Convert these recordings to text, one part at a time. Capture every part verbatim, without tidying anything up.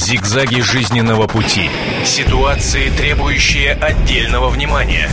Зигзаги жизненного пути. Ситуации, требующие отдельного внимания.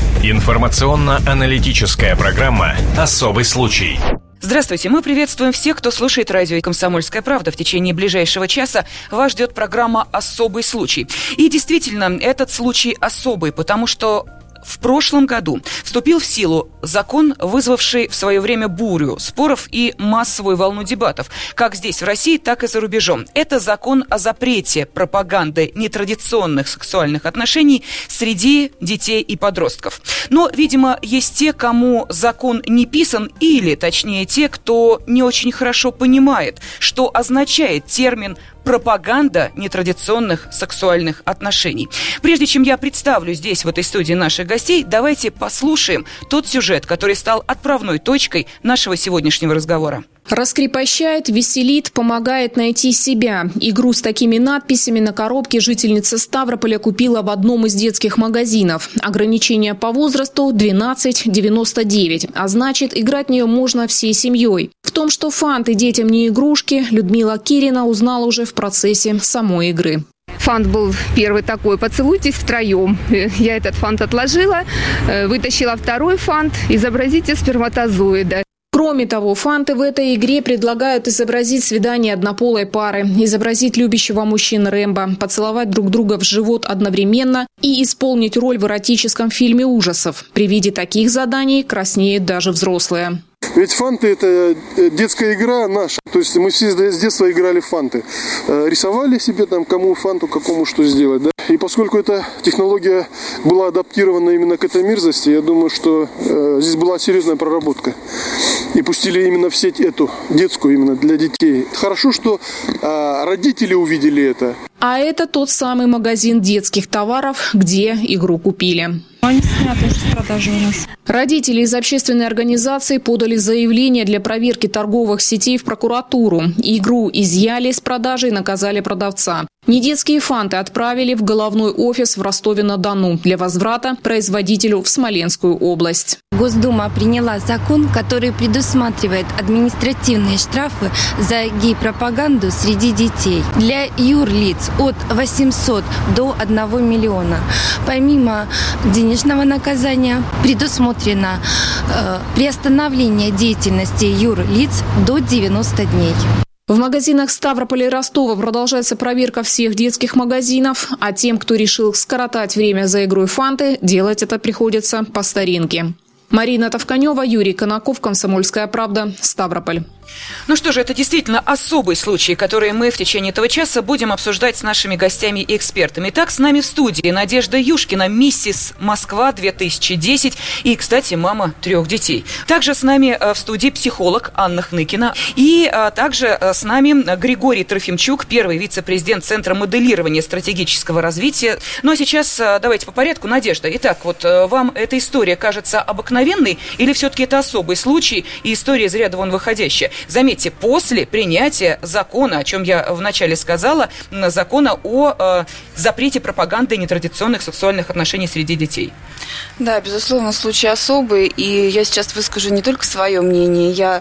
Информационно-аналитическая программа «Особый случай». Здравствуйте, мы приветствуем всех, кто слушает радио «Комсомольская правда». В течение ближайшего часа вас ждет программа «Особый случай». И действительно, этот случай особый, потому что в прошлом году вступил в силу закон, вызвавший в свое время бурю споров и массовую волну дебатов, как здесь, в России, так и за рубежом. Это закон о запрете пропаганды нетрадиционных сексуальных отношений среди детей и подростков. Но, видимо, есть те, кому закон не писан, или, точнее, те, кто не очень хорошо понимает, что означает термин пропаганда нетрадиционных сексуальных отношений. Прежде чем я представлю здесь, в этой студии, наших гостей, давайте послушаем тот сюжет, который стал отправной точкой нашего сегодняшнего разговора. Раскрепощает, веселит, помогает найти себя. Игру с такими надписями на коробке жительница Ставрополя купила в одном из детских магазинов. Ограничение по возрасту двенадцать девяносто девять, а значит, играть в нее можно всей семьей. В том, что фанты детям не игрушки, Людмила Кирина узнала уже в процессе самой игры. Фант был первый такой: поцелуйтесь втроем. Я этот фант отложила, вытащила второй фант, изобразите сперматозоида. Кроме того, фанты в этой игре предлагают изобразить свидание однополой пары, изобразить любящего мужчину Рэмбо, поцеловать друг друга в живот одновременно и исполнить роль в эротическом фильме ужасов. При виде таких заданий краснеют даже взрослые. Ведь фанты – это детская игра наша. То есть мы все с детства играли в фанты. Рисовали себе там, кому фанту, какому что сделать. Да? И поскольку эта технология была адаптирована именно к этой мерзости, я думаю, что э, здесь была серьезная проработка. И пустили именно в сеть эту, детскую именно, для детей. Хорошо, что э, родители увидели это. А это тот самый магазин детских товаров, где игру купили. Они сняты уже с продажи у нас. Родители из общественной организации подали заявление для проверки торговых сетей в прокуратуру. Игру изъяли с продажи и наказали продавца. Недетские фанты отправили в головной офис в Ростове-на-Дону для возврата производителю в Смоленскую область. Госдума приняла закон, который предусматривает административные штрафы за гей-пропаганду среди детей. Для юрлиц от восьмисот до одного миллиона. Помимо денежного наказания предусмотрено э, приостановление деятельности юрлиц до девяноста дней. В магазинах Ставрополя и Ростова продолжается проверка всех детских магазинов, а тем, кто решил скоротать время за игрой фанты, делать это приходится по старинке. Марина Товканева, Юрий Конаков, «Комсомольская правда», Ставрополь. Ну что же, это действительно особый случай, который мы в течение этого часа будем обсуждать с нашими гостями и экспертами. Итак, с нами в студии Надежда Юшкина, миссис Москва две тысячи десять и, кстати, мама трех детей. Также с нами в студии психолог Анна Хныкина. И а, также с нами Григорий Трофимчук, первый вице-президент Центра моделирования стратегического развития. Ну а сейчас давайте по порядку. Надежда, итак, вот вам эта история кажется обыкновенной или все-таки это особый случай и история из ряда вон выходящая? Заметьте, после принятия закона, о чем я вначале сказала, закона о э, запрете пропаганды нетрадиционных сексуальных отношений среди детей. Да, безусловно, случай особый, и я сейчас выскажу не только свое мнение. Я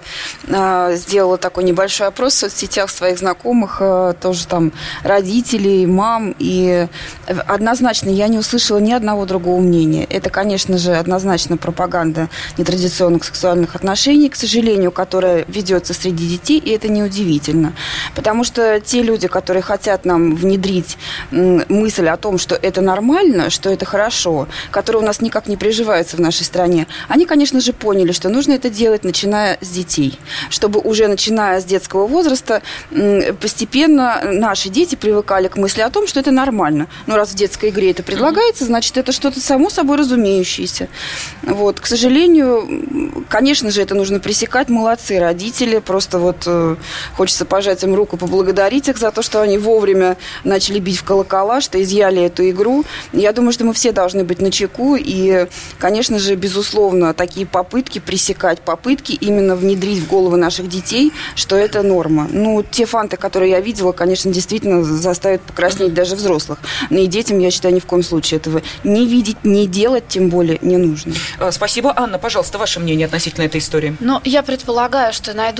э, сделала такой небольшой опрос в соцсетях своих знакомых, э, тоже там родителей, мам, и однозначно я не услышала ни одного другого мнения. Это, конечно же, однозначно пропаганда нетрадиционных сексуальных отношений, к сожалению, которая ведется среди детей, и это неудивительно. Потому что те люди, которые хотят нам внедрить мысль о том, что это нормально, что это хорошо, которые у нас никак не приживаются в нашей стране, они, конечно же, поняли, что нужно это делать, начиная с детей. Чтобы уже начиная с детского возраста постепенно наши дети привыкали к мысли о том, что это нормально. Но раз в детской игре это предлагается, значит, это что-то само собой разумеющееся. Вот. К сожалению, конечно же, это нужно пресекать. Молодцы родители. Просто вот э, хочется пожать им руку, поблагодарить их за то, что они вовремя начали бить в колокола, что изъяли эту игру. Я думаю, что мы все должны быть начеку. И, конечно же, безусловно, такие попытки пресекать, попытки именно внедрить в головы наших детей, что это норма. Ну, те фанты, которые я видела, конечно, действительно заставят покраснеть даже взрослых. Но и детям, я считаю, ни в коем случае этого не видеть, не делать, тем более, не нужно. Спасибо. Анна, пожалуйста, ваше мнение относительно этой истории. Ну, я предполагаю, что найдутся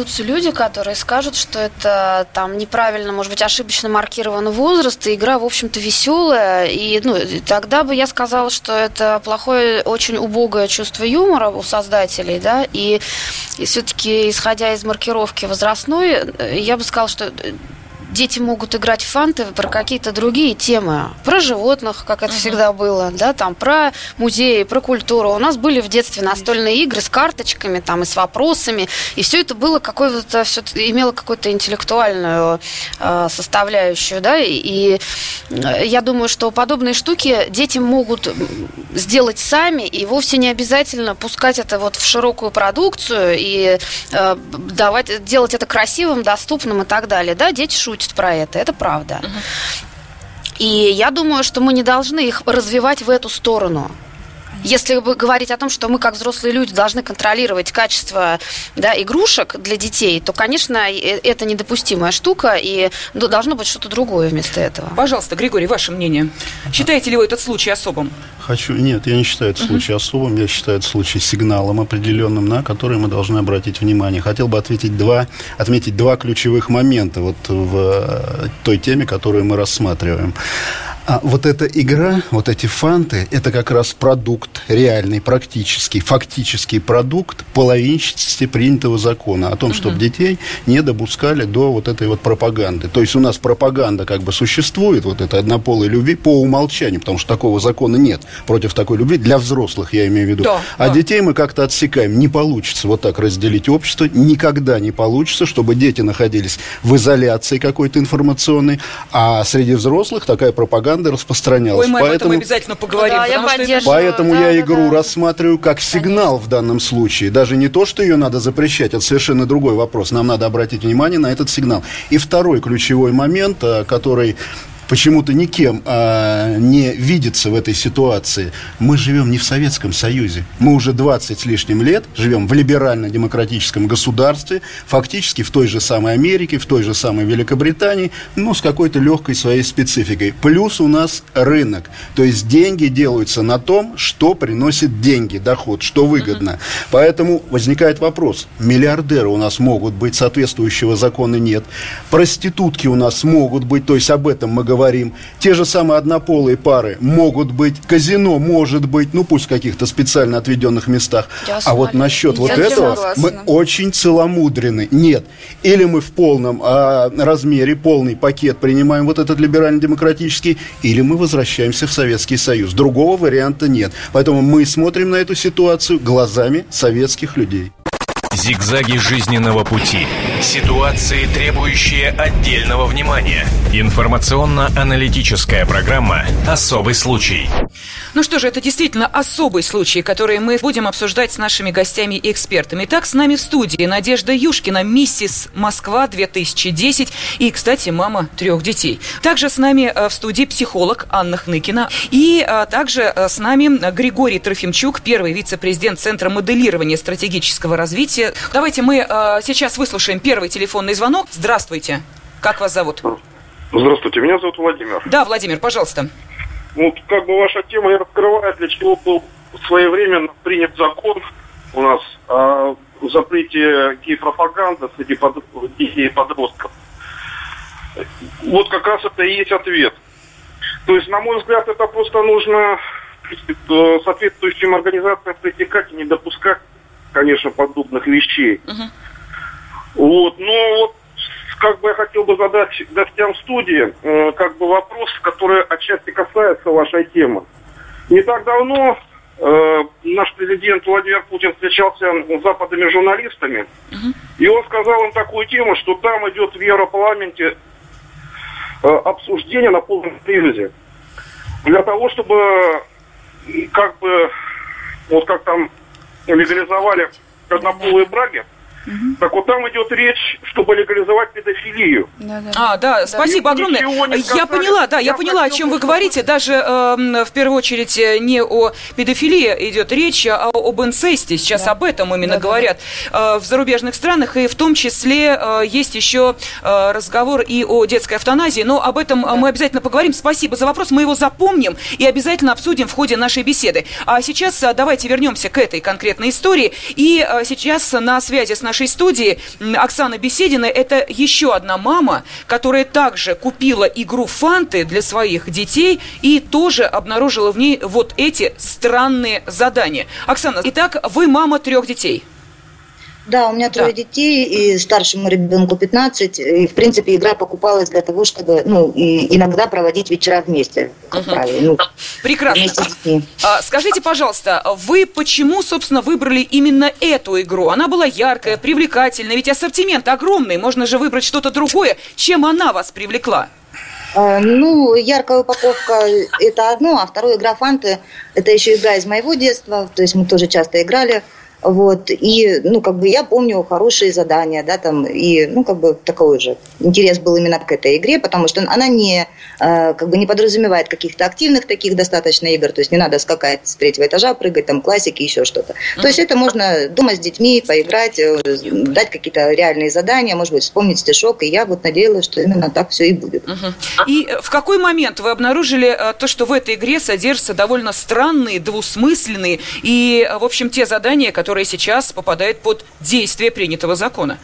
найдутся люди, которые скажут, что это там неправильно, может быть, ошибочно маркирован возраст, и игра, в общем-то, веселая. И ну, тогда бы я сказала, что это плохое, очень убогое чувство юмора у создателей, да, и, и все-таки, исходя из маркировки возрастной, я бы сказала, что дети могут играть в фанты про какие-то другие темы. Про животных, как это uh-huh. всегда было, да, там, про музеи, про культуру. У нас были в детстве настольные игры с карточками, там, и с вопросами. И все это было какое-то, все имело какую-то интеллектуальную э, составляющую, да, и, и я думаю, что подобные штуки дети могут сделать сами, и вовсе не обязательно пускать это вот в широкую продукцию и э, давать, делать это красивым, доступным и так далее. Да, дети шутят про это, это правда. Uh-huh. И я думаю, что мы не должны их развивать в эту сторону. Если говорить о том, что мы, как взрослые люди, должны контролировать качество, да, игрушек для детей, то, конечно, это недопустимая штука, и должно быть что-то другое вместо этого. Пожалуйста, Григорий, ваше мнение. Считаете ли вы этот случай особым? Хочу. Нет, я не считаю этот случай uh-huh. особым, я считаю этот случай сигналом определенным, на который мы должны обратить внимание. Хотел бы ответить два, отметить два ключевых момента вот в той теме, которую мы рассматриваем. А вот эта игра, вот эти фанты, это как раз продукт, реальный, практический, фактический продукт половинчатости принятого закона о том, uh-huh. чтобы детей не допускали до вот этой вот пропаганды. То есть у нас пропаганда как бы существует, вот этой однополой любви по умолчанию, потому что такого закона нет против такой любви, для взрослых, я имею в виду. Да, а да. детей мы как-то отсекаем. Не получится вот так разделить общество, никогда не получится, чтобы дети находились в изоляции какой-то информационной, а среди взрослых такая пропаганда распространялась. Ой, мы поэтому, об этом обязательно поговорим. Да, я что поэтому да, я да, игру да. рассматриваю как сигнал Конечно. В данном случае. Даже не то, что ее надо запрещать, это совершенно другой вопрос. Нам надо обратить внимание на этот сигнал. И второй ключевой момент, который почему-то никем а, не видится в этой ситуации. Мы живем не в Советском Союзе. Мы уже двадцать с лишним лет живем в либерально-демократическом государстве, фактически в той же самой Америке, в той же самой Великобритании, но с какой-то легкой своей спецификой. Плюс у нас рынок. То есть деньги делаются на том, что приносит деньги, доход, что выгодно. Uh-huh. Поэтому возникает вопрос. Миллиардеры у нас могут быть, соответствующего закона нет. Проститутки у нас могут быть, то есть об этом мы говорим. Говорим. Те же самые однополые пары могут быть, казино может быть, ну пусть в каких-то специально отведенных местах. Я а вот насчет вот этого мы очень целомудрены. Нет. Или мы в полном а, размере, полный пакет принимаем вот этот либерально-демократический, или мы возвращаемся в Советский Союз. Другого варианта нет. Поэтому мы смотрим на эту ситуацию глазами советских людей. Зигзаги жизненного пути. Ситуации, требующие отдельного внимания. Информационно-аналитическая программа «Особый случай». Ну что же, это действительно особый случай, который мы будем обсуждать с нашими гостями и экспертами. Итак, с нами в студии Надежда Юшкина, миссис Москва две тысячи десять и, кстати, мама трех детей. Также с нами в студии психолог Анна Хныкина. И а, также с нами Григорий Трофимчук, первый вице-президент Центра моделирования стратегического развития. Давайте мы а, сейчас выслушаем первый телефонный звонок. Здравствуйте. Как вас зовут? Здравствуйте, меня зовут Владимир. Да, Владимимир, пожалуйста. Ну, как бы ваша тема и раскрывает, для чего был своевременно принят закон у нас о запрете гей-пропаганды среди под... детей и подростков. Вот как раз это и есть ответ. То есть, на мой взгляд, это просто нужно соответствующим организациям пресекать и не допускать, конечно, подобных вещей. Uh-huh. Вот, но вот как бы я хотел бы задать гостям студии э, как бы вопрос, который отчасти касается вашей темы. Не так давно э, наш президент Владимир Путин встречался с западными журналистами, uh-huh. и он сказал им такую тему, что там идет в Европарламенте э, обсуждение на полном серьезе. Для того, чтобы как бы вот как там легализовали однополые браки, угу. так вот там идет речь, чтобы легализовать педофилию. Да, да. А, да, да. Спасибо огромное. Я поняла, да, я, я поняла, о чем вы говорите. Даже э, в первую очередь не о педофилии идет речь, а об инцесте. Сейчас да. об этом именно да, говорят да. Э, в зарубежных странах. И в том числе э, есть еще э, разговор и о детской эвтаназии. Но об этом да. мы обязательно поговорим. Спасибо за вопрос. Мы его запомним и обязательно обсудим в ходе нашей беседы. А сейчас э, давайте вернемся к этой конкретной истории. И э, сейчас на связи с нашей нашей студии Оксана Беседина. Это еще одна мама, которая также купила игру «Фанты» для своих детей и тоже обнаружила в ней вот эти странные задания. Оксана, итак, вы мама трех детей. Да, у меня трое да. детей, и старшему ребенку пятнадцать. И, в принципе, игра покупалась для того, чтобы, ну, и иногда проводить вечера вместе, как угу. правило. Ну, прекрасно. А, скажите, пожалуйста, вы почему, собственно, выбрали именно эту игру? Она была яркая, привлекательная, ведь ассортимент огромный, можно же выбрать что-то другое. Чем она вас привлекла? А, ну, яркая упаковка – это одно, а второе, игра «Фанты» – это еще игра из моего детства, то есть мы тоже часто играли. Вот, и, ну, как бы я помню хорошие задания, да, там, и, ну, как бы такой же интерес был именно к этой игре, потому что она не, э, как бы не подразумевает каких-то активных таких достаточно игр, то есть не надо скакать с третьего этажа, прыгать, там, классики, еще что-то. Mm-hmm. То есть это можно дома с детьми поиграть, дать какие-то реальные задания, может быть, вспомнить стишок, и я вот надеялась, что именно так все и будет. Mm-hmm. И в какой момент вы обнаружили то, что в этой игре содержатся довольно странные, двусмысленные и, в общем, те задания, которые сейчас попадает под действие принятого закона?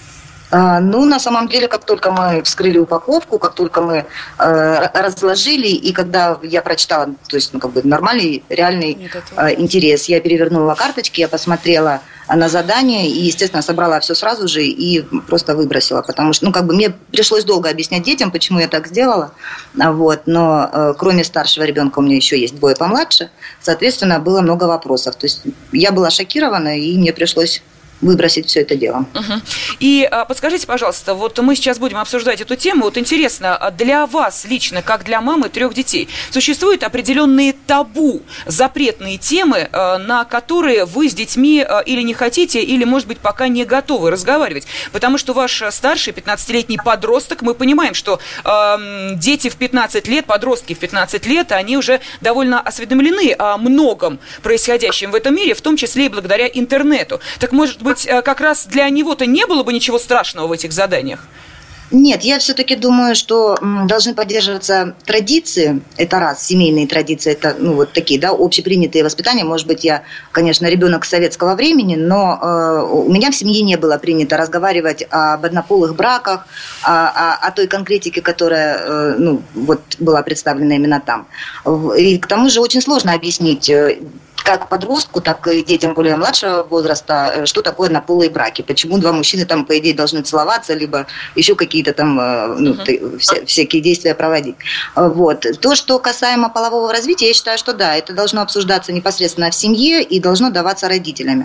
А, ну, на самом деле, как только мы вскрыли упаковку, как только мы э, разложили, и когда я прочитала, то есть, ну, как бы нормальный, реальный э, интерес, я перевернула карточки, я посмотрела на задание и, естественно, собрала все сразу же и просто выбросила, потому что, ну, как бы мне пришлось долго объяснять детям, почему я так сделала, вот, но э, кроме старшего ребенка у меня еще есть двое помладше, соответственно, было много вопросов, то есть я была шокирована, и мне пришлось выбросить все это дело. Угу. И а, подскажите, пожалуйста, вот мы сейчас будем обсуждать эту тему. Вот интересно, для вас лично, как для мамы трех детей, существуют определенные табу, запретные темы, а, на которые вы с детьми а, или не хотите, или, может быть, пока не готовы разговаривать? Потому что ваш старший пятнадцатилетний подросток, мы понимаем, что а, дети в пятнадцать лет, подростки в пятнадцать лет, они уже довольно осведомлены о многом происходящем в этом мире, в том числе и благодаря интернету. Так, может быть, как раз для него-то не было бы ничего страшного в этих заданиях? Нет, я все-таки думаю, что должны поддерживаться традиции, это раз, семейные традиции, это, ну, вот такие, да, общепринятые воспитания. Может быть, я, конечно, ребенок советского времени, но э, у меня в семье не было принято разговаривать об однополых браках, о, о, о той конкретике, которая, э, ну, вот была представлена именно там. И к тому же очень сложно объяснить как подростку, так и детям более младшего возраста, что такое однополые браки, почему два мужчины там, по идее, должны целоваться, либо еще какие-то там, ну, uh-huh. вся, всякие действия проводить. Вот. То, что касаемо полового развития, я считаю, что да, это должно обсуждаться непосредственно в семье и должно даваться родителями.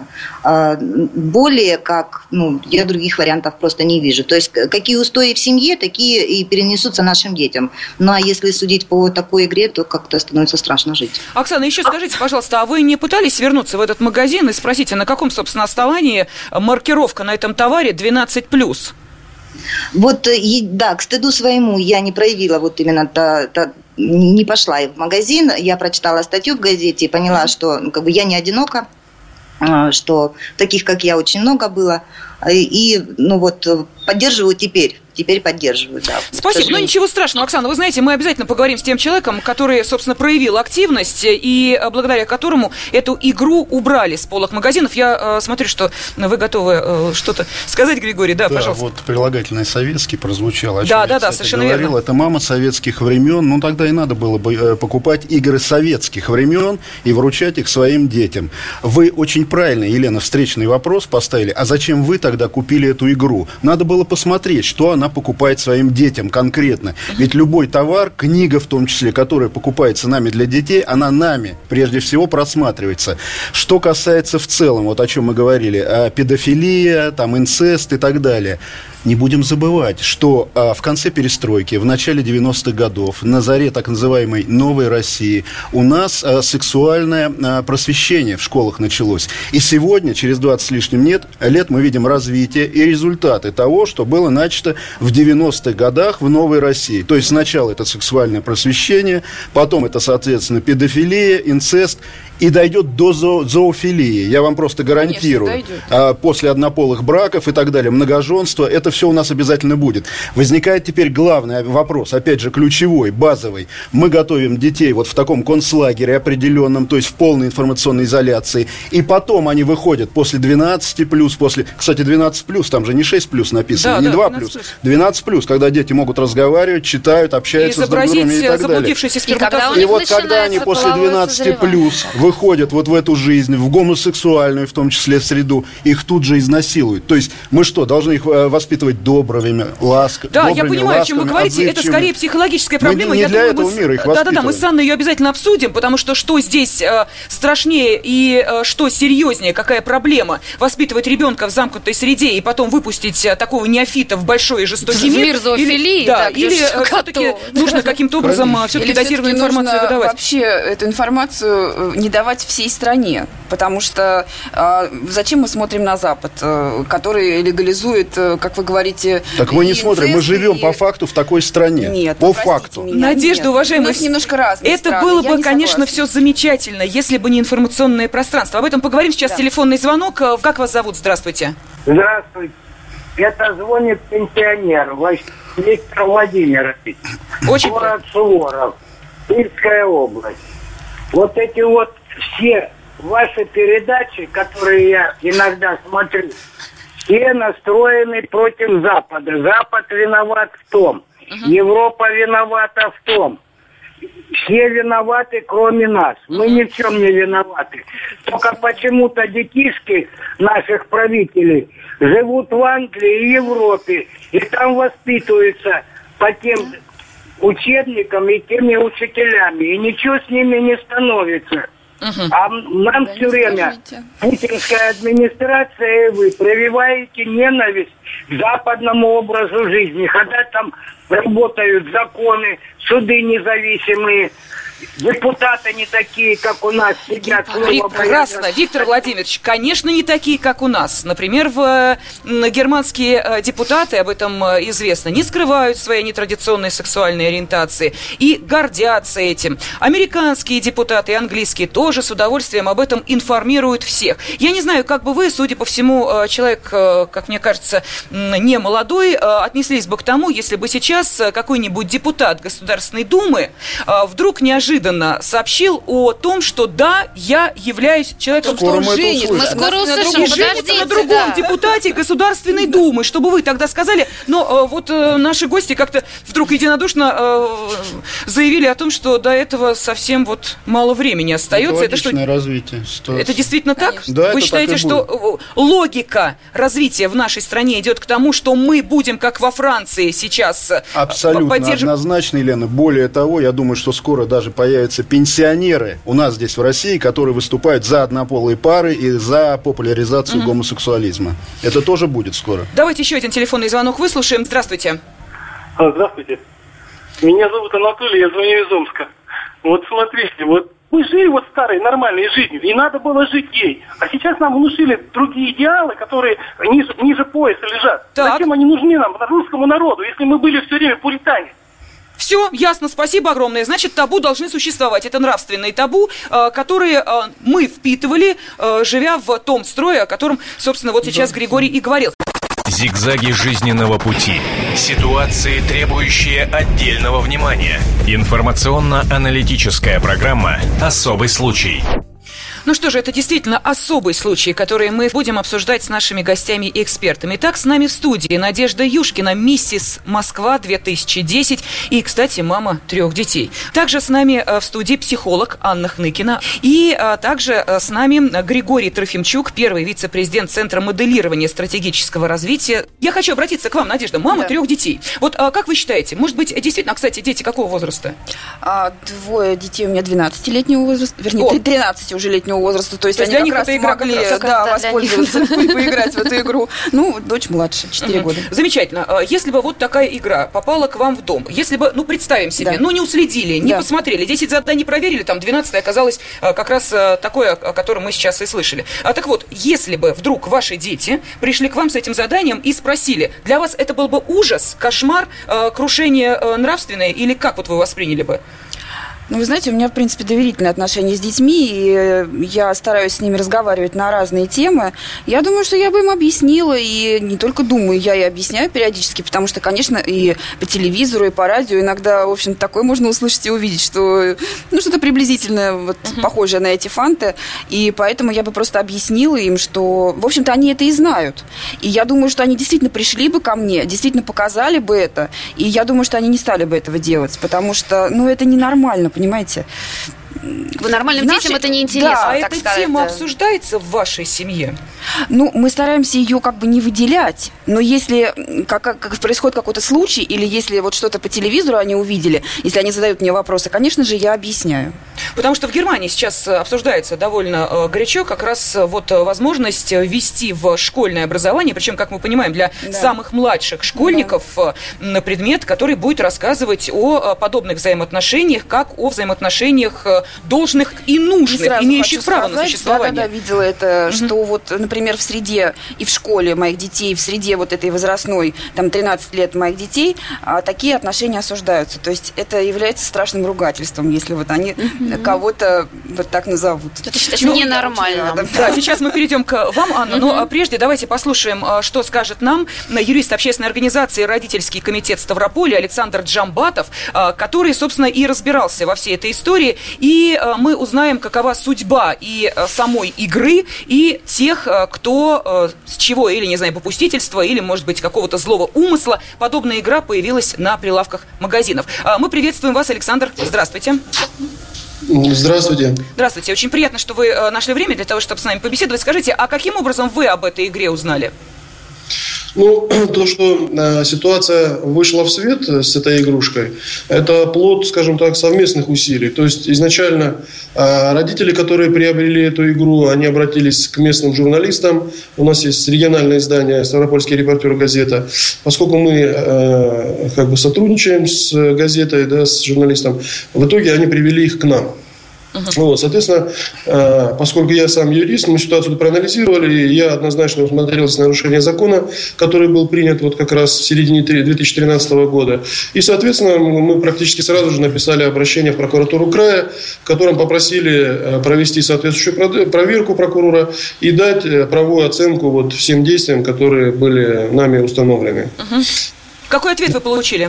Более как, ну, я других вариантов просто не вижу. То есть, какие устои в семье, такие и перенесутся нашим детям. Ну, а если судить по такой игре, то как-то становится страшно жить. Оксана, еще скажите, пожалуйста, а вы не пытались вернуться в этот магазин и спросить, а на каком, собственно, основании маркировка на этом товаре двенадцать плюс? Вот, да, к стыду своему я не проявила вот именно, та, та, не пошла в магазин, я прочитала статью в газете и поняла, mm-hmm. что, ну, как бы я не одинока, что таких, как я, очень много было, и, ну вот, поддерживаю теперь. Теперь поддерживают, да. Спасибо. Ну, ничего страшного, Оксана. Вы знаете, мы обязательно поговорим с тем человеком, который, собственно, проявил активность и благодаря которому эту игру убрали с полок магазинов. Я э, смотрю, что вы готовы э, что-то сказать, Григорий. Да, да, пожалуйста. Вот прилагательное «советский» прозвучало. Да, да, да, совершенно говорил, верно. Это мама советских времен. Ну, тогда и надо было бы покупать игры советских времен и вручать их своим детям. Вы очень правильно, Елена, встречный вопрос поставили. А зачем вы тогда купили эту игру? Надо было посмотреть, что она покупает своим детям конкретно. Ведь любой товар, книга в том числе, которая покупается нами для детей, она нами прежде всего просматривается. Что касается в целом, вот о чем мы говорили, педофилия, там, инцест и так далее. Не будем забывать, что а, в конце перестройки, в начале девяностых годов, на заре так называемой «Новой России», у нас а, сексуальное а, просвещение в школах началось. И сегодня, через двадцать с лишним лет, лет мы видим развитие и результаты того, что было начато в девяностых годах в «Новой России». То есть сначала это сексуальное просвещение, потом это, соответственно, педофилия, инцест. и дойдет до зо- зоофилии. Я вам просто гарантирую. Конечно, а, после однополых браков и так далее, многоженство, это все у нас обязательно будет. Возникает теперь главный вопрос, опять же, ключевой, базовый. Мы готовим детей вот в таком концлагере определенном, то есть в полной информационной изоляции, и потом они выходят после двенадцати плюс, после, кстати, двенадцать плюс, там же не шесть плюс написано, да, не да, два плюс, двенадцать плюс, когда дети могут разговаривать, читают, общаются с друг другом и так далее. И, и вот когда они после двенадцати плюс выходят вот в эту жизнь, в гомосексуальную, в том числе, среду, их тут же изнасилуют. То есть мы что, должны их воспитывать добрыми, ласк... Да, добрыми, я понимаю, о чем вы говорите. отзывчивыми. Это скорее психологическая проблема. Мы не я для думаю, этого мы... мира их Да-да-да, мы воспитываем. с Анной ее обязательно обсудим, потому что что здесь э, страшнее и э, что серьезнее, какая проблема воспитывать ребенка в замкнутой среде и потом выпустить э, такого неофита в большой и жестокий мир. Мир зоофилии, или, да, да, или э, все-таки нужно каким-то образом э, все-таки дозированную информацию выдавать. Вообще эту информацию не давать всей стране, потому что э, зачем мы смотрим на Запад, э, который легализует, э, как вы говорите... Так мы не смотрим, мы живем и... по факту в такой стране. Нет, по факту. Меня, Надежда, нет. уважаемые, это немножко разные это страны. было Я бы, не конечно, согласна. все замечательно, если бы не информационное пространство. Об этом поговорим. Сейчас да. телефонный звонок. Как вас зовут? Здравствуйте. Здравствуйте. Это звонит пенсионер Виктор Владимирович. Очень город Суворов, Тульская область. Вот эти вот все ваши передачи, которые я иногда смотрю, все настроены против Запада. Запад виноват в том, uh-huh. Европа виновата в том. Все виноваты, кроме нас. Мы ни в чем не виноваты. Только почему-то детишки наших правителей живут в Англии и Европе, и там воспитываются по тем учебникам и теми учителями, и ничего с ними не становится. Uh-huh. А нам да все время скажите. Путинская администрация и вы прививаете ненависть к западному образу жизни, когда там работают законы, суды независимые, депутаты не такие, как у нас сидят. Прекрасно, Виктор Владимирович, конечно, не такие, как у нас. Например, в, германские депутаты, об этом известно, не скрывают своей нетрадиционной сексуальной ориентации и гордятся этим. Американские депутаты и английские тоже с удовольствием об этом информируют всех. Я не знаю, как бы вы, судя по всему, человек, как мне кажется, не молодой, отнеслись бы к тому, если бы сейчас какой-нибудь депутат Государственной Думы вдруг неожиданно неожиданно сообщил о том, что да, я являюсь человеком, скоро что женится. Мы скоро услышим, и женится на другом да. депутате Государственной Думы, чтобы вы тогда сказали, но э, вот э, наши гости как-то вдруг единодушно э, заявили о том, что до этого совсем вот мало времени остается. Это, это что? Развитие ситуации. Это действительно так? Да, вы это считаете, так и что будет. Логика развития в нашей стране идет к тому, что мы будем, как во Франции сейчас, абсолютно поддерживать? Однозначно, Елена. Более того, я думаю, что скоро даже появятся пенсионеры у нас здесь в России, которые выступают за однополые пары и за популяризацию угу. гомосексуализма. Это тоже будет скоро. Давайте еще один телефонный звонок выслушаем. Здравствуйте. Здравствуйте. Меня зовут Анатолий, я звоню из Омска. Вот смотрите, вот мы жили вот старой нормальной жизнью, и надо было жить ей. А сейчас нам внушили другие идеалы, которые ниже, ниже пояса лежат. Так. Зачем они нужны нам, русскому народу, если мы были все время пуритане? Все, ясно, спасибо огромное. Значит, табу должны существовать. Это нравственные табу, которые мы впитывали, живя в том строе, о котором, собственно, вот сейчас Григорий и говорил. Зигзаги жизненного пути. Ситуации, требующие отдельного внимания. Информационно-аналитическая программа «Особый случай». Ну что же, это действительно особый случай, который мы будем обсуждать с нашими гостями и экспертами. Итак, с нами в студии Надежда Юшкина, миссис Москва две тысячи десять и, кстати, мама трех детей. Также с нами в студии психолог Анна Хныкина и а, также с нами Григорий Трофимчук, первый вице-президент Центра моделирования стратегического развития. Я хочу обратиться к вам, Надежда, мама да. трех детей. Вот а, как вы считаете, может быть, действительно, а, кстати, дети какого возраста? А, двое детей у меня двенадцатилетнего возраста, вернее, О. тринадцатилетнего возраста, то есть, то есть они как раз могли как да, воспользоваться, поиграть в эту игру. Ну, дочь младше, четыре года. Замечательно. Если бы вот такая игра попала к вам в дом, если бы, ну, представим себе, да. ну, не уследили, не да. посмотрели, десять заданий проверили, там, двенадцатое оказалось как раз такое, о котором мы сейчас и слышали. А так вот, если бы вдруг ваши дети пришли к вам с этим заданием и спросили, для вас это был бы ужас, кошмар, крушение нравственное, или как вот вы восприняли бы? Ну, вы знаете, у меня, в принципе, доверительные отношения с детьми, и я стараюсь с ними разговаривать на разные темы. Я думаю, что я бы им объяснила, и не только думаю, я и объясняю периодически, потому что, конечно, и по телевизору, и по радио иногда, в общем, такое можно услышать и увидеть, что, ну, что-то приблизительно вот, uh-huh. похожее на эти фанты, и поэтому я бы просто объяснила им, что, в общем-то, они это и знают. И я думаю, что они действительно пришли бы ко мне, действительно показали бы это, и я думаю, что они не стали бы этого делать, потому что, ну, это ненормально, понимаете? Вы нормальным нашей... детям это не интересно, да, а так эта сказать. тема обсуждается в вашей семье? Ну, мы стараемся ее как бы не выделять, но если как, как происходит какой-то случай, или если вот что-то по телевизору они увидели, если они задают мне вопросы, конечно же, я объясняю. Потому что в Германии сейчас обсуждается довольно горячо как раз вот возможность ввести в школьное образование, причем, как мы понимаем, для да. самых младших школьников да. предмет, который будет рассказывать о подобных взаимоотношениях, как о взаимоотношениях должных и нужных, имеющих право сказать, на существование. Я тогда видела это, mm-hmm. что вот, например, в среде и в школе моих детей, в среде вот этой возрастной, там, тринадцать лет моих детей, такие отношения осуждаются. То есть это является страшным ругательством, если вот они mm-hmm. кого-то вот так назовут. Это считается ненормально. Да, да, сейчас мы перейдем к вам, Анна, mm-hmm. но прежде давайте послушаем, что скажет нам юрист общественной организации «Родительский комитет Ставрополя» Александр Джамбатов, который, собственно, и разбирался во всей этой истории. И мы узнаем, какова судьба и самой игры, и тех, кто с чего, или, не знаю, попустительства, или, может быть, какого-то злого умысла, подобная игра появилась на прилавках магазинов. Мы приветствуем вас, Александр. Здравствуйте. Здравствуйте. Здравствуйте. Очень приятно, что вы нашли время для того, чтобы с нами побеседовать. Скажите, а каким образом вы об этой игре узнали? Ну, то, что э, ситуация вышла в свет с этой игрушкой, это плод, скажем так, совместных усилий. То есть изначально э, родители, которые приобрели эту игру, они обратились к местным журналистам. У нас есть региональное издание «Ставропольский репортер» газета. Поскольку мы э, как бы сотрудничаем с газетой, да, с журналистом, в итоге они привели их к нам. Uh-huh. Вот, соответственно, э, поскольку я сам юрист, мы ситуацию проанализировали, и я однозначно усмотрел нарушение закона, который был принят вот как раз в середине две тысячи тринадцатого года. И, соответственно, мы практически сразу же написали обращение в прокуратуру края, в котором попросили провести соответствующую проверку прокурора и дать правовую оценку вот всем действиям, которые были нами установлены. Uh-huh. Какой ответ вы получили?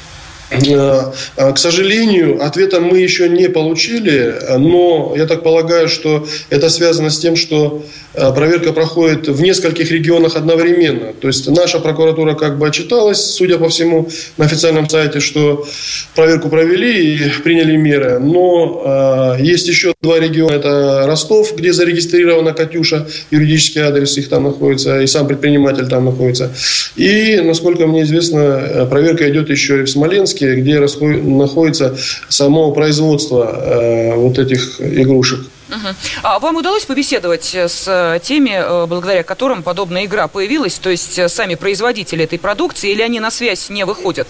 К сожалению, ответа мы еще не получили, но я так полагаю, что это связано с тем, что проверка проходит в нескольких регионах одновременно. То есть наша прокуратура как бы отчиталась, судя по всему, на официальном сайте, что проверку провели и приняли меры. Но э, есть еще два региона. Это Ростов, где зарегистрирована «Катюша», юридический адрес их там находится, и сам предприниматель там находится. И, насколько мне известно, проверка идет еще и в Смоленске, где находится само производство э, вот этих игрушек. Угу. А вам удалось побеседовать с теми, благодаря которым подобная игра появилась, то есть сами производители этой продукции, или они на связь не выходят?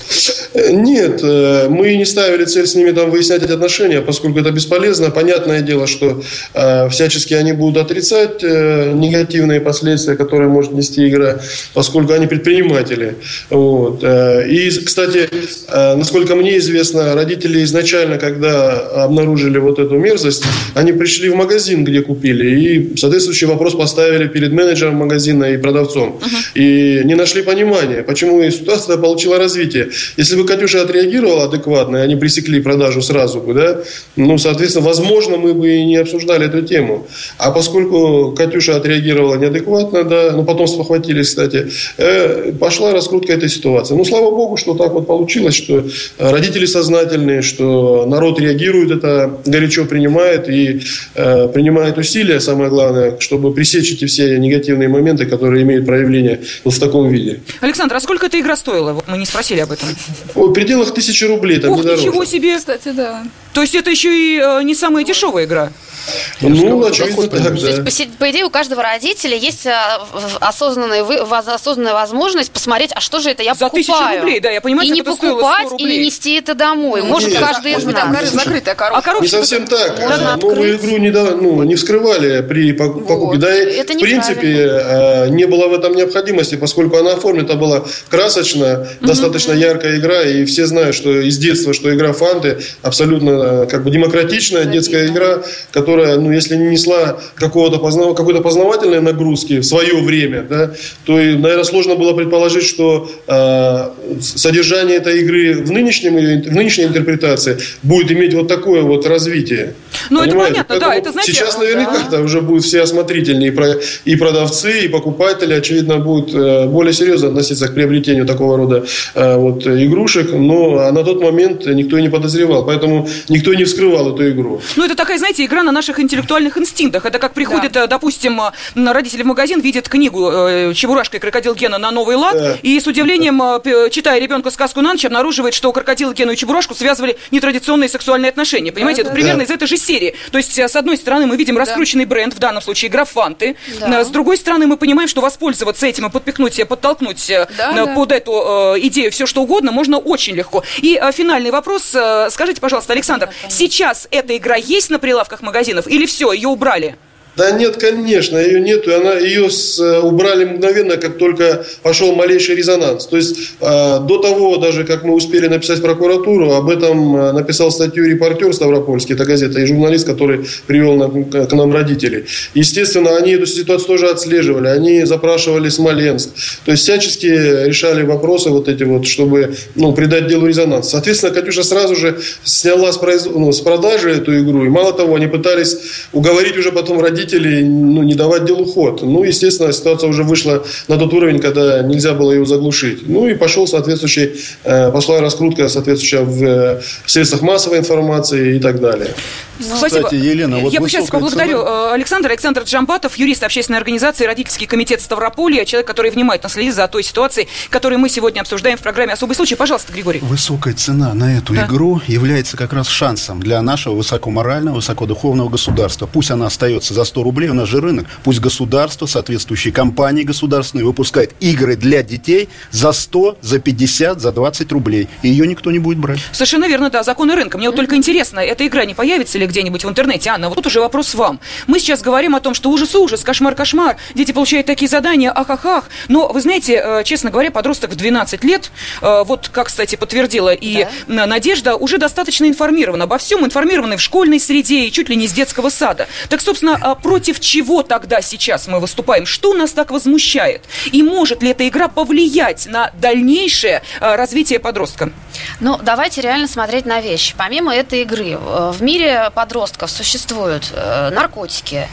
Нет, мы не ставили цель с ними там выяснять эти отношения, поскольку это бесполезно. Понятное дело, что э, всячески они будут отрицать э, негативные последствия, которые может нести игра, поскольку они предприниматели. Вот. И, кстати, э, насколько мне известно, родители изначально, когда обнаружили вот эту мерзость, они пришли в магазин, где купили, и соответствующий вопрос поставили перед менеджером магазина и продавцом. Uh-huh. И не нашли понимания, почему и ситуация получила развитие. Если бы Катюша отреагировала адекватно, и они пресекли продажу сразу бы, да, ну, соответственно, возможно, мы бы и не обсуждали эту тему. А поскольку Катюша отреагировала неадекватно, да, ну, потом спохватились, кстати, э, пошла раскрутка этой ситуации. Ну, слава богу, что так вот получилось, что родители сознательные, что народ реагирует, это горячо принимает и принимает усилия, самое главное, чтобы пресечь эти все негативные моменты, которые имеют проявление вот в таком виде. Александр, а сколько эта игра стоила? Вот мы не спросили об этом. В пределах тысячи рублей, там Ох, не дороже. Ничего себе! Кстати, да. То есть это еще и э, не самая дешевая игра? Ну, очевидно, так, да. То есть, по идее, у каждого родителя есть осознанная, осознанная возможность посмотреть, а что же это я За покупаю. За тысячу рублей, да, я понимаю, и не покупать, и не нести это домой. Ну, может, нет, каждый из нас. Закрытая коробка. А не совсем так. Можно новую открыть. игру не, ну, не вскрывали при покупке. Вот. Да, и, в принципе, не было в этом необходимости, поскольку она оформлена была красочно, угу. достаточно яркая игра, и все знают, что из детства, что игра фанты абсолютно абсолютно как бы демократичная детская игра, которая, ну, если не несла какого-то познав... какой-то познавательной нагрузки в свое время, да, то, и, наверное, сложно было предположить, что э, содержание этой игры в, нынешнем, в нынешней интерпретации будет иметь вот такое вот развитие. Ну, это понятно, Поэтому да. Это, знаете, сейчас наверняка да. уже будут все осмотрительнее, и продавцы, и покупатели, очевидно, будут более серьезно относиться к приобретению такого рода вот, игрушек, но на тот момент никто и не подозревал, поэтому никто и не вскрывал эту игру. Ну, это такая, знаете, игра на наших интеллектуальных инстинктах. Это как приходит, да. допустим, родители в магазин, видят книгу «Чебурашка и крокодил Гена» на новый лад, да. и с удивлением, читая ребенку сказку на ночь, обнаруживает, что крокодила Гену и Чебурашку связывали нетрадиционные сексуальные отношения. Понимаете, да, это да, примерно да. из этой же серии. То есть, с одной стороны, мы видим раскрученный да. бренд, в данном случае игра «Фанты». Да. С другой стороны, мы понимаем, что воспользоваться этим и подпихнуть, подтолкнуть да, под да. эту э, идею все что угодно можно очень легко. И э, финальный вопрос. Э, скажите, пожалуйста, Александр, да, сейчас эта игра есть на прилавках магазинов или все, ее убрали? Да нет, конечно, ее нету. Она, ее с, убрали мгновенно, как только пошел малейший резонанс. То есть э, до того, даже как мы успели написать в прокуратуру, об этом э, написал статью репортер Ставропольский, это газета, и журналист, который привел нам, к нам родителей. Естественно, они эту ситуацию тоже отслеживали. Они запрашивали Смоленск. То есть всячески решали вопросы вот эти вот, чтобы ну, придать делу резонанс. Соответственно, Катюша сразу же сняла с, произ... ну, с продажи эту игру. И мало того, они пытались уговорить уже потом родителей, ну, не давать делу ход. Ну, естественно, ситуация уже вышла на тот уровень, когда нельзя было его заглушить. Ну, и пошел соответствующий, э, пошла раскрутка соответствующая в, э, в средствах массовой информации и так далее. Ну, Спасибо. Кстати, Елена, вот я бы сейчас поблагодарю цена... Александра. Александр Джамбатов, юрист общественной организации «Родительский комитет Ставрополья», человек, который внимательно следит за той ситуацией, которую мы сегодня обсуждаем в программе «Особый случай». Пожалуйста, Григорий. Высокая цена на эту да. игру является как раз шансом для нашего высокоморального, высокодуховного государства. Пусть она остается за сто рублей, у нас же рынок. Пусть государство, соответствующие компании государственные выпускают игры для детей за сто, за пятьдесят, за двадцать рублей. И ее никто не будет брать. Совершенно верно, да, законы рынка. Мне вот только интересно, эта игра не появится ли где-нибудь в интернете? Анна, вот тут уже вопрос вам. Мы сейчас говорим о том, что ужас-ужас, кошмар-кошмар, дети получают такие задания, ах-ах-ах. Но, вы знаете, честно говоря, подросток в двенадцать лет, вот как, кстати, подтвердила и да. Надежда, уже достаточно информирован обо всем, информированы в школьной среде и чуть ли не с детского сада. Так, собственно, против чего тогда сейчас мы выступаем? Что нас так возмущает? И может ли эта игра повлиять на дальнейшее развитие подростка? Ну, давайте реально смотреть на вещи. Помимо этой игры, в мире подростков существуют наркотики.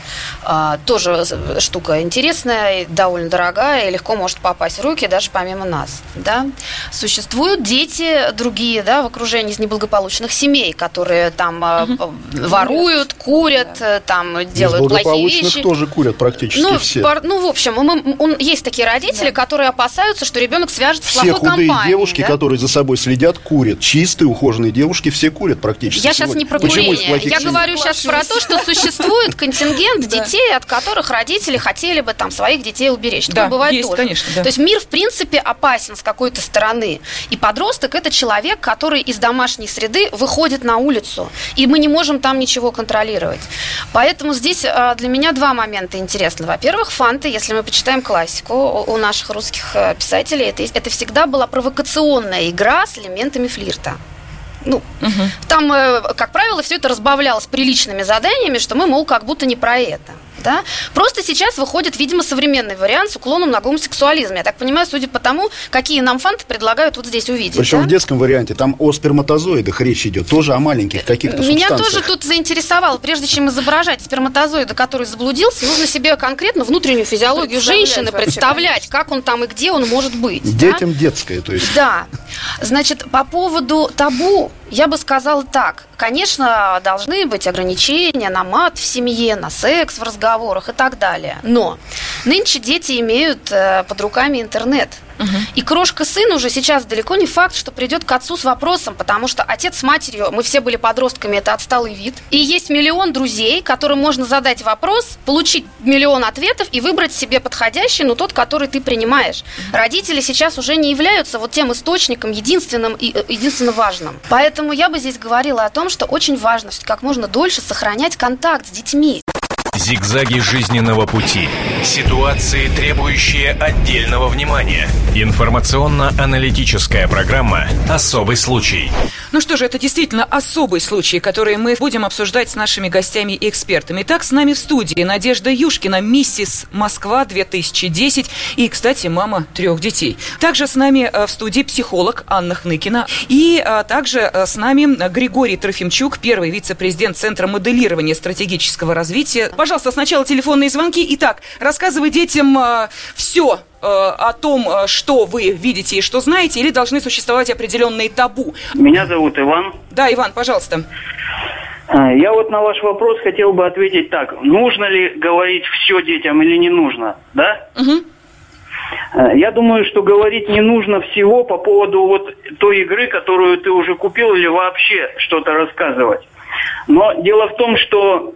Тоже штука интересная, довольно дорогая и легко может попасть в руки даже помимо нас. Да? Существуют дети другие, да, в окружении из неблагополучных семей, которые там угу. воруют, курят, да. там делают плохие вещи. Тоже курят практически ну, все. Пар, ну, в общем, мы, он, есть такие родители, да. которые опасаются, что ребенок свяжется с плохой компанией. Все худые девушки, да? которые за собой следят, курят. Чистые, ухоженные девушки, все курят практически. Я сейчас сегодня. не про курение. Я говорю сейчас про то, что существует контингент детей, от которых родители хотели бы там своих детей уберечь. Да, бывает есть, тоже. Конечно, да. То есть мир, в принципе, опасен с какой-то стороны. И подросток – это человек, который из домашней среды выходит на улицу. И мы не можем там ничего контролировать. Поэтому здесь для меня два момента интересны. Во-первых, фанты, если мы почитаем классику у наших русских писателей, это, это всегда была провокационная игра с элементами флирта. Ну, угу. Там, как правило, все это разбавлялось приличными заданиями, что мы, мол, как будто не про это. Да? Просто сейчас выходит, видимо, современный вариант с уклоном на гомосексуализм. Я так понимаю, судя по тому, какие нам фанты предлагают вот здесь увидеть. Причем да? в детском варианте там о сперматозоидах речь идет, тоже о маленьких каких-то Меня субстанциях. тоже тут заинтересовало, прежде чем изображать сперматозоида, который заблудился, нужно себе конкретно внутреннюю физиологию женщины представлять, как он там и где он может быть. Детям да? детское, то есть. Да. Значит, по поводу табу, я бы сказала так. Конечно, должны быть ограничения на мат в семье, на секс в разговорах и так далее. Но нынче дети имеют э, под руками интернет. Угу. И крошка-сын уже сейчас далеко не факт, что придет к отцу с вопросом, потому что отец с матерью, мы все были подростками, это отсталый вид. И есть миллион друзей, которым можно задать вопрос, получить миллион ответов и выбрать себе подходящий, но тот, который ты принимаешь. Угу. Родители сейчас уже не являются вот тем источником единственным и единственно важным. Поэтому я бы здесь говорила о том, что очень важно как можно дольше сохранять контакт с детьми. Зигзаги жизненного пути. Ситуации, требующие отдельного внимания. Информационно-аналитическая программа «Особый случай». Ну что же, это действительно особый случай, который мы будем обсуждать с нашими гостями и экспертами. Итак, с нами в студии Надежда Юшкина, миссис Москва две тысячи десять и, кстати, мама трех детей. Также с нами в студии психолог Анна Хныкина. И а, также с нами Григорий Трофимчук, первый вице-президент Центра моделирования стратегического развития. Пожалуйста, сначала телефонные звонки. Итак, рассказывай детям а, все о том, что вы видите и что знаете, или должны существовать определенные табу? Меня зовут Иван. Да, Иван, пожалуйста. Я вот на ваш вопрос хотел бы ответить так. Нужно ли говорить все детям или не нужно, да? Угу. Я думаю, что говорить не нужно всего по поводу вот той игры, которую ты уже купил, или вообще что-то рассказывать. Но дело в том, что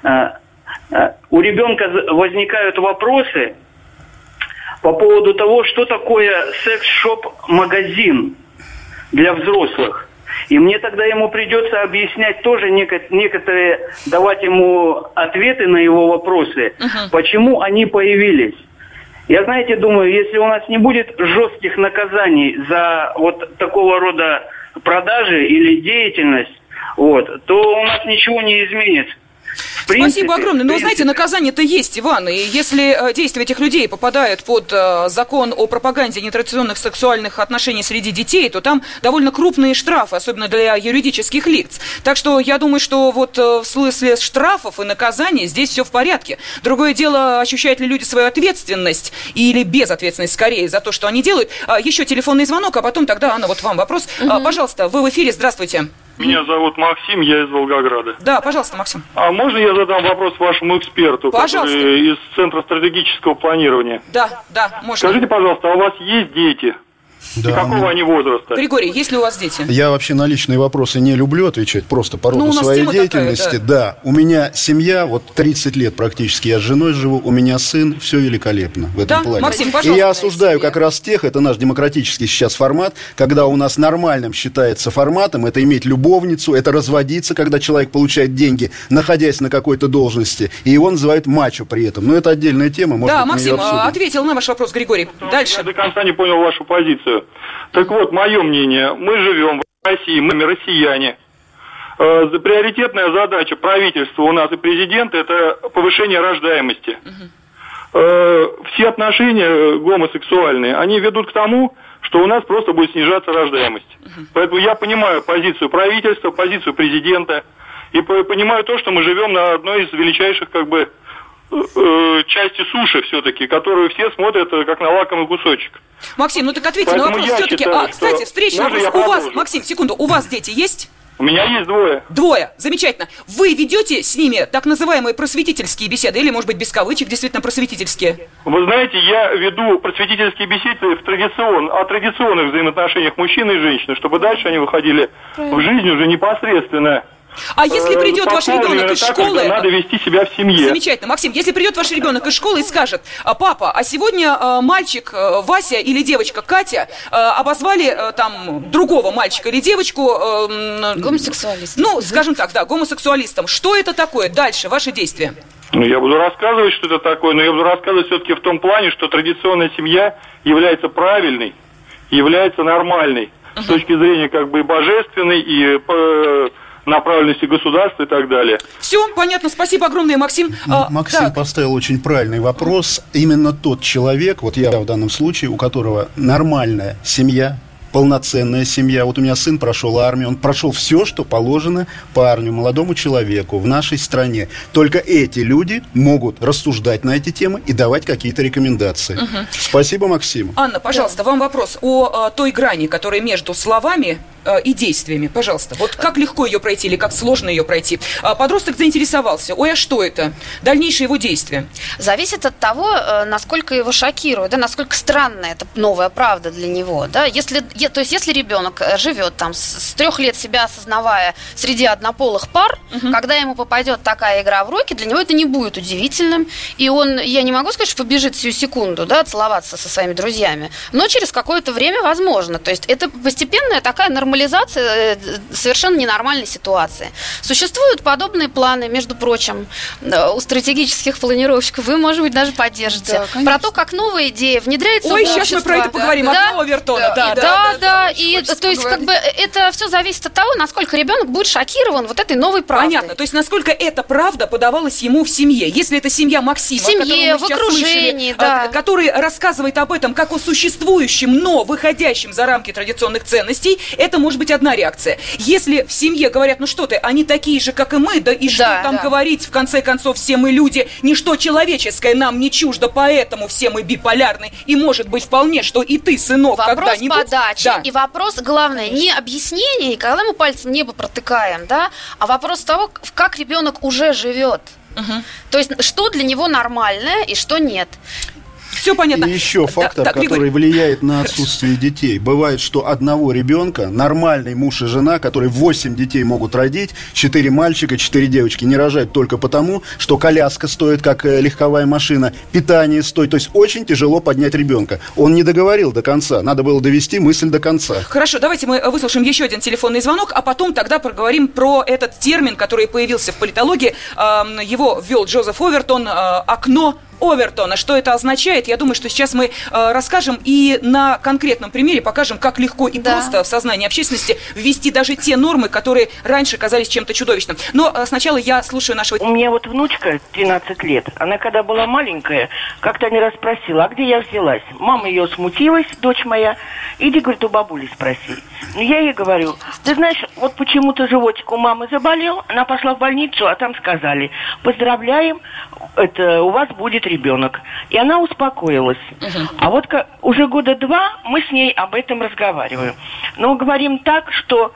у ребенка возникают вопросы по поводу того, что такое секс-шоп-магазин для взрослых. И мне тогда ему придется объяснять тоже некоторые, давать ему ответы на его вопросы, uh-huh. почему они появились. Я, знаете, думаю, если у нас не будет жестких наказаний за вот такого рода продажи или деятельность, вот, то у нас ничего не изменится. Принципе, Спасибо огромное. Но, знаете, наказание-то есть, Иван. И если действия этих людей попадают под э, закон о пропаганде нетрадиционных сексуальных отношений среди детей, то там довольно крупные штрафы, особенно для юридических лиц. Так что я думаю, что вот э, в смысле штрафов и наказаний здесь все в порядке. Другое дело, ощущают ли люди свою ответственность или безответственность скорее за то, что они делают. А, еще телефонный звонок, а потом тогда, Анна, вот вам вопрос. Угу. А, пожалуйста, вы в эфире, здравствуйте. Меня зовут Максим, я из Волгограда. Да, пожалуйста, Максим. А можно я задам вопрос вашему эксперту, пожалуйста. Который из Центра стратегического планирования? Да, да, можно. Скажите, пожалуйста, а у вас есть дети? Да, и какого мы... они возраста? Григорий, есть ли у вас дети? Я вообще на личные вопросы не люблю отвечать, просто по роду ну, своей деятельности. Такая, да. да, у меня семья, вот тридцать лет практически я с женой живу, у меня сын, все великолепно в этом да? плане. Максим, и я осуждаю как раз тех, это наш демократический сейчас формат, когда у нас нормальным считается форматом, это иметь любовницу, это разводиться, когда человек получает деньги, находясь на какой-то должности, и его называют мачо при этом. Но это отдельная тема, может да, быть, Максим, ответил на ваш вопрос, Григорий. Дальше. Я до конца не понял вашу позицию. Так вот, мое мнение, мы живем в России, мы россияне. Э, приоритетная задача правительства у нас и президента – это повышение рождаемости. Э, все отношения гомосексуальные, они ведут к тому, что у нас просто будет снижаться рождаемость. Поэтому я понимаю позицию правительства, позицию президента, и понимаю то, что мы живем на одной из величайших, как бы, части суши все-таки, которую все смотрят как на лакомый кусочек. Максим, ну так ответьте Поэтому на вопрос все-таки. Считаю, а, кстати, встречный вопрос. У вас, Максим, секунду, у вас дети есть? У меня есть двое. Двое, замечательно. Вы ведете с ними так называемые просветительские беседы, или, может быть, без кавычек, действительно просветительские? Вы знаете, я веду просветительские беседы в традицион... о традиционных взаимоотношениях мужчины и женщины, чтобы дальше они выходили в жизнь уже непосредственно. А если придет ваш ребенок из школы... Надо вести себя в семье. Замечательно. Максим, если придет ваш ребенок из школы и скажет: папа, а сегодня э, мальчик э, Вася или девочка Катя э, обозвали э, там другого мальчика или девочку... Э, гомосексуалистом. Ну, скажем так, да, гомосексуалистом. Что это такое? Дальше, ваши действия. Ну, я буду рассказывать, что это такое, но я буду рассказывать все-таки в том плане, что традиционная семья является правильной, является нормальной. Uh-huh. С точки зрения как бы божественной и... Э, направленности государства и так далее. Все, понятно, спасибо огромное, Максим. А, Максим да. поставил очень правильный вопрос. Именно тот человек, вот я в данном случае, у которого нормальная семья, полноценная семья. Вот у меня сын прошел армию, он прошел все, что положено парню, молодому человеку в нашей стране. Только эти люди могут рассуждать на эти темы и давать какие-то рекомендации. Угу. Спасибо, Максим. Анна, пожалуйста, вам вопрос о, о той грани, которая между словами и действиями, пожалуйста. Вот как легко ее пройти или как сложно ее пройти? Подросток заинтересовался. Ой, а что это? Дальнейшие его действия. Зависит от того, насколько его шокирует, да, насколько странная эта новая правда для него. Да? Если, то есть, если ребенок живет там с, с трех лет себя осознавая среди однополых пар, угу. когда ему попадет такая игра в руки, для него это не будет удивительным. И он, я не могу сказать, что побежит сию секунду, да, целоваться со своими друзьями, но через какое-то время возможно. То есть это постепенная такая нормализация нормализация совершенно ненормальной ситуации. Существуют подобные планы, между прочим, у стратегических планировщиков. Вы, может быть, даже поддержите. Да, про то, как новая идея внедряется Ой, в общество. Ой, сейчас мы про это поговорим. Да, Окно Овертона. Да, да, да. да, да, да. И, то есть, как бы, это все зависит от того, насколько ребенок будет шокирован вот этой новой правдой. Понятно. То есть, насколько эта правда подавалась ему в семье. Если это семья Максима, в семье, в окружении, слышали, да. который рассказывает об этом как о существующем, но выходящем за рамки традиционных ценностей, это может быть одна реакция. Если в семье говорят, ну что ты, они такие же, как и мы, да и да, что там да. говорить, в конце концов, все мы люди, ничто человеческое нам не чуждо, поэтому все мы биполярны, и может быть вполне, что и ты, сынок, когда-нибудь... Вопрос подачи, да. и вопрос, главное, Конечно. не объяснение, когда мы пальцем небо протыкаем, да, а вопрос того, как ребенок уже живет. Угу. То есть, что для него нормальное и что нет. Все понятно. И еще фактор, да, да, который влияет на отсутствие детей. Бывает, что одного ребенка, нормальный муж и жена, которые восемь детей могут родить, четыре мальчика, четыре девочки, не рожают только потому, что коляска стоит, как легковая машина, питание стоит. То есть очень тяжело поднять ребенка. Он не договорил до конца. Надо было довести мысль до конца. Хорошо, давайте мы выслушаем еще один телефонный звонок, а потом тогда поговорим про этот термин, который появился в политологии. Его ввел Джозеф Овертон, окно Овертона. Что это означает? Я думаю, что сейчас мы э, расскажем и на конкретном примере покажем, как легко и да. просто в сознании общественности ввести даже те нормы, которые раньше казались чем-то чудовищным. Но э, сначала я слушаю нашего... У меня вот внучка тринадцать лет. Она, когда была маленькая, как-то не раз спросила, а где я взялась? Мама ее смутилась, дочь моя. Иди, говорит, у бабули спроси. Ну, я ей говорю, ты знаешь, вот почему-то животик у мамы заболел, она пошла в больницу, а там сказали, поздравляем, это у вас будет ребенок. И она успокоилась. Uh-huh. А вот как, уже года два мы с ней об этом разговариваем. Но говорим так, что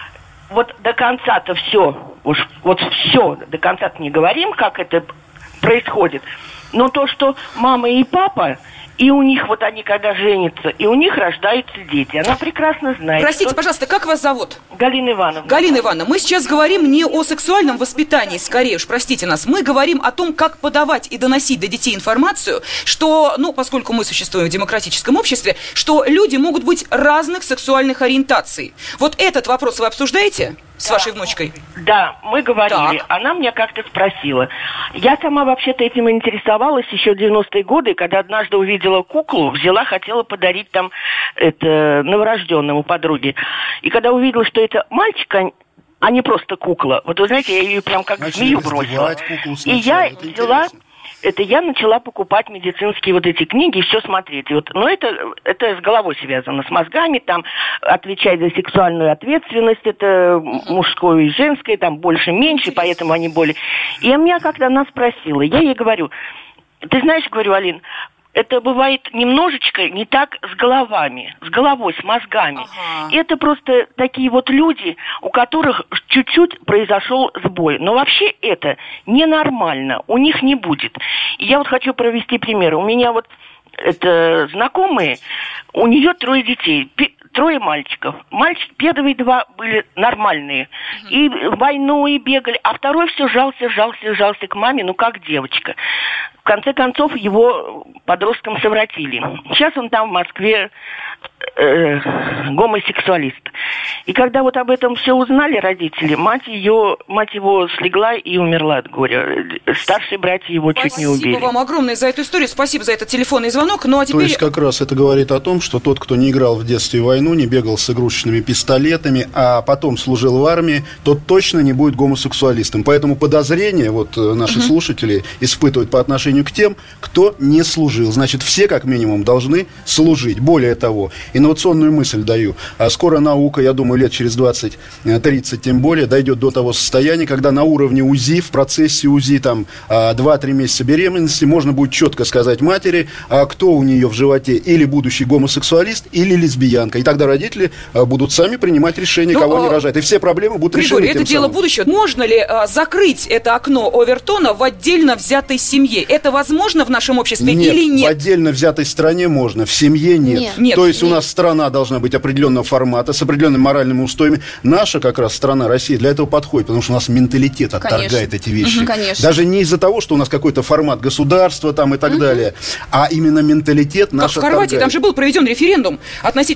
вот до конца-то все, уж вот все, до конца-то не говорим, как это происходит. Но то, что мама и папа, и у них, вот они когда женятся, и у них рождаются дети. Она прекрасно знает. Простите, что... пожалуйста, как вас зовут? Галина Ивановна. Галина Ивановна, мы сейчас говорим не о сексуальном воспитании, скорее уж, простите нас. Мы говорим о том, как подавать и доносить до детей информацию, что, ну, поскольку мы существуем в демократическом обществе, что люди могут быть разных сексуальных ориентаций. Вот этот вопрос вы обсуждаете с да. вашей внучкой? Да, мы говорили. Так. Она меня как-то спросила. Я сама вообще-то этим интересовалась еще в девяностые годы, когда однажды увидела куклу, взяла, хотела подарить там это, новорожденному подруге. И когда увидела, что это мальчик, а не просто кукла, вот вы знаете, я ее прям как Значит, змею бросила. И я это взяла... Интересно. Это я начала покупать медицинские вот эти книги и все смотреть. И вот, но это, это с головой связано, с мозгами, там отвечать за сексуальную ответственность, это мужское и женское, там больше-меньше, поэтому они более... И меня как-то она спросила, я ей говорю, ты знаешь, говорю, Алин, это бывает немножечко не так с головами, с головой, с мозгами. Ага. Это просто такие вот люди, у которых чуть-чуть произошел сбой. Но вообще это ненормально, у них не будет. И я вот хочу провести пример. У меня вот это знакомые, у нее трое детей, трое мальчиков. Мальчик, первые два были нормальные. Uh-huh. И в войну, и бегали. А второй все жался, жался, жался к маме, ну как девочка. В конце концов, его подросткам совратили. Сейчас он там в Москве э, гомосексуалист. И когда вот об этом все узнали родители, мать, ее, мать его слегла и умерла от горя. Старшие братья его Спасибо чуть не убили. Спасибо вам огромное за эту историю. Спасибо за этот телефонный звонок. Ну, а теперь... То есть как раз это говорит о том, что тот, кто не играл в детстве в войну, не бегал с игрушечными пистолетами, а потом служил в армии, тот точно не будет гомосексуалистом. Поэтому подозрения вот наши угу. слушатели испытывают по отношению к тем, кто не служил. Значит, все, как минимум, должны служить. Более того, инновационную мысль даю. А скоро наука, я думаю, лет через двадцать-тридцать, тем более, дойдет до того состояния, когда на уровне УЗИ, в процессе УЗИ, там, два-три месяца беременности, можно будет четко сказать матери, кто у нее в животе, или будущий гомосексуалист, или лесбиянка. И тогда родители будут сами принимать решение, Но, кого они рожают. И все проблемы будут Григорий, решены. это дело самым. будущего. Можно ли а, закрыть это окно Овертона в отдельно взятой семье? Это возможно в нашем обществе нет, или нет? В отдельно взятой стране можно, в семье нет. Нет, нет То есть нет. у нас страна должна быть определенного формата, с определенными моральными устоями. Наша как раз страна, Россия, для этого подходит, потому что у нас менталитет отторгает конечно. эти вещи. Угу, конечно. Даже не из-за того, что у нас какой-то формат государства там и так угу. далее, а именно менталитет наш Как в Хорватии, отторгает. там же был проведен референдум относительно того,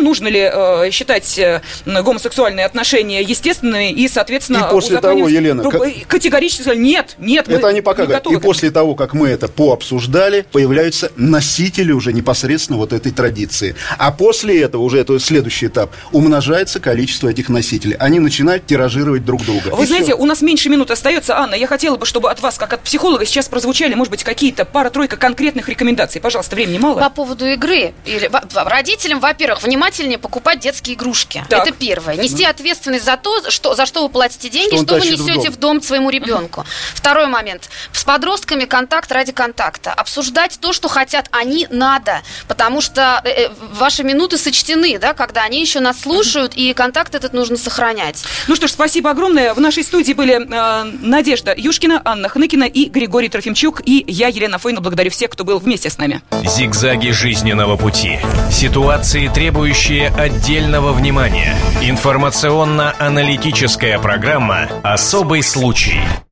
нужно ли э, считать э, гомосексуальные отношения естественными и, соответственно, и после того, Елена, друг... как... категорически сказали, нет, нет, это мы они пока не говорят. И после того, как мы это пообсуждали, появляются носители уже непосредственно вот этой традиции. А после этого, уже это следующий этап, умножается количество этих носителей. Они начинают тиражировать друг друга. Вы и знаете, все. у нас меньше минут остается. Анна, я хотела бы, чтобы от вас, как от психолога, сейчас прозвучали, может быть, какие-то пара-тройка конкретных рекомендаций. Пожалуйста, времени мало. По поводу игры. Или, родителям, во-первых, внимательнее покупать детские игрушки. Так. Это первое. Нести ну. ответственность за то, что, за что вы платите деньги, что, что вы несете в дом. в дом своему ребенку. Второй момент. С подростками контакт ради контакта. Обсуждать то, что хотят они, надо. Потому что э, ваши минуты сочтены, да, когда они еще нас слушают, и контакт этот нужно сохранять. Ну что ж, спасибо огромное. В нашей студии были э, Надежда Юшкина, Анна Хныкина и Григорий Трофимчук. И я, Елена Фойна, благодарю всех, кто был вместе с нами. Зигзаги жизненного пути. Ситуации, требующие отдельного внимания. Информационно-аналитическая программа «Особый случай».